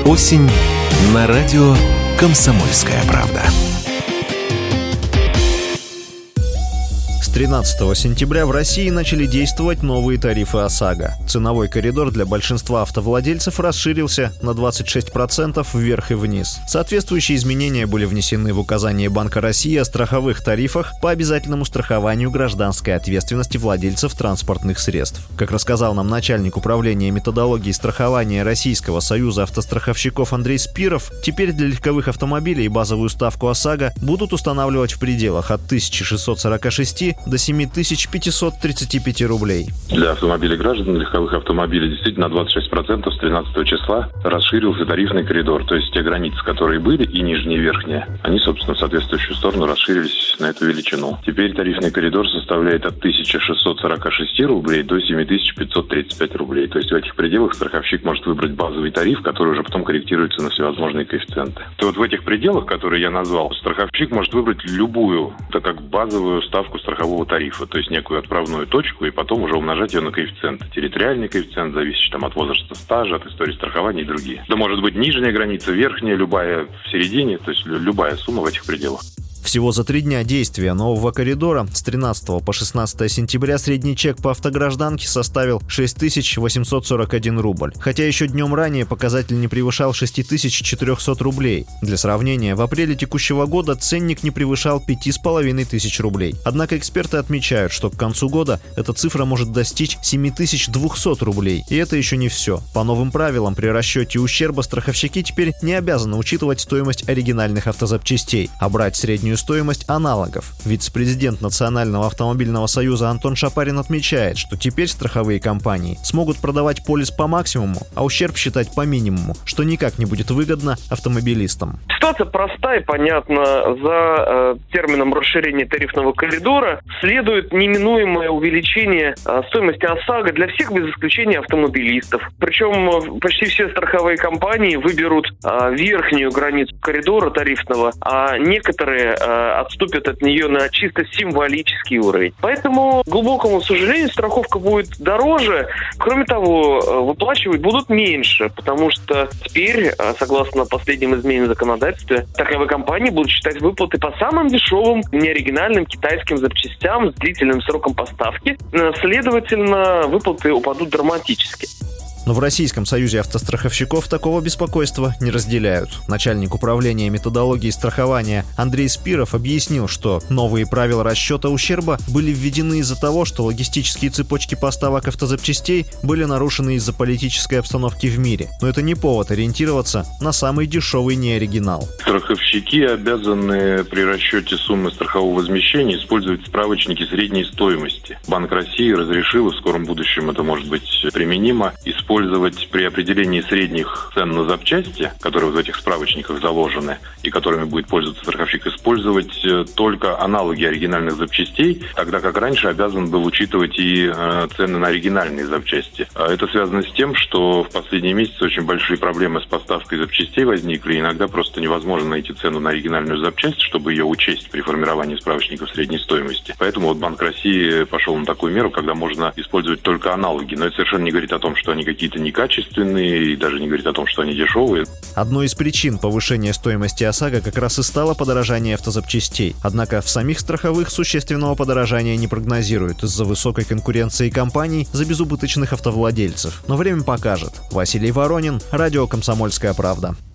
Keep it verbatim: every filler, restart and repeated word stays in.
Осень на радио «Комсомольская правда». С тринадцатого сентября в России начали действовать новые тарифы ОСАГО. Ценовой коридор для большинства автовладельцев расширился на двадцать шесть процентов вверх и вниз. Соответствующие изменения были внесены в указание Банка России о страховых тарифах по обязательному страхованию гражданской ответственности владельцев транспортных средств. Как рассказал нам начальник управления методологии страхования Российского союза автостраховщиков Андрей Спиров, теперь для легковых автомобилей базовую ставку ОСАГО будут устанавливать в пределах от тысяча шестьсот сорок шесть до семь тысяч пятьсот тридцать пять рублей. Для автомобилей граждан, легковых автомобилей, действительно на двадцать шесть процентов с тринадцатого числа расширился тарифный коридор. То есть те границы, которые были, и нижние, и верхние, они, собственно, в соответствующую сторону расширились на эту величину. Теперь тарифный коридор составляет от тысяча шестьсот сорок шесть рублей до семь тысяч пятьсот тридцать пять рублей. То есть в этих пределах страховщик может выбрать базовый тариф, который уже потом корректируется на всевозможные коэффициенты. То вот в этих пределах, которые я назвал, страховщик может выбрать любую, так как базовую ставку страхового тарифа, то есть некую отправную точку, и потом уже умножать ее на коэффициенты. Территориальный коэффициент, зависящий там от возраста стажа, от истории страхования и другие. Да может быть нижняя граница, верхняя, любая в середине, то есть любая сумма в этих пределах. Всего за три дня действия нового коридора с тринадцатого по шестнадцатое сентября средний чек по автогражданке составил шесть тысяч восемьсот сорок один рубль, хотя еще днем ранее показатель не превышал шесть тысяч четыреста рублей. Для сравнения, в апреле текущего года ценник не превышал пять с половиной тысяч рублей. Однако эксперты отмечают, что к концу года эта цифра может достичь семь тысяч двести рублей. И это еще не все. По новым правилам при расчете ущерба страховщики теперь не обязаны учитывать стоимость оригинальных автозапчастей, а брать среднюю стоимость аналогов. Вице-президент Национального автомобильного союза Антон Шапарин отмечает, что теперь страховые компании смогут продавать полис по максимуму, а ущерб считать по минимуму, что никак не будет выгодно автомобилистам. Ситуация простая и понятна. За э, термином расширения тарифного коридора следует неминуемое увеличение э, стоимости ОСАГО для всех без исключения автомобилистов. Причем э, почти все страховые компании выберут э, верхнюю границу коридора тарифного, а некоторые э, отступят от нее на чисто символический уровень. Поэтому, к глубокому сожалению, страховка будет дороже. Кроме того, выплачивать будут меньше, потому что теперь, согласно последним изменениям в законодательстве, страховые компании будут считать выплаты по самым дешевым, неоригинальным китайским запчастям с длительным сроком поставки. Следовательно, выплаты упадут драматически. Но в Российском союзе автостраховщиков такого беспокойства не разделяют. Начальник управления методологии страхования Андрей Спиров объяснил, что новые правила расчета ущерба были введены из-за того, что логистические цепочки поставок автозапчастей были нарушены из-за политической обстановки в мире. Но это не повод ориентироваться на самый дешевый неоригинал. Страховщики обязаны при расчете суммы страхового возмещения использовать справочники средней стоимости. Банк России разрешил, и в скором будущем это может быть применимо, использовать использовать при определении средних цен на запчасти, которые в этих справочниках заложены и которыми будет пользоваться страховщик, использовать только аналоги оригинальных запчастей, тогда как раньше обязан был учитывать и э, цены на оригинальные запчасти. Это связано с тем, что в последние месяцы очень большие проблемы с поставкой запчастей возникли, иногда просто невозможно найти цену на оригинальную запчасть, чтобы ее учесть при формировании справочников средней стоимости. Поэтому вот Банк России пошел на такую меру, когда можно использовать только аналоги, но это совершенно не говорит о том, что они какие-то какие-то некачественные и даже не говорит о том, что они дешевые. Одной из причин повышения стоимости ОСАГО как раз и стало подорожание автозапчастей. Однако в самих страховых существенного подорожания не прогнозируют из-за высокой конкуренции компаний за безубыточных автовладельцев. Но время покажет. Василий Воронин, радио «Комсомольская правда».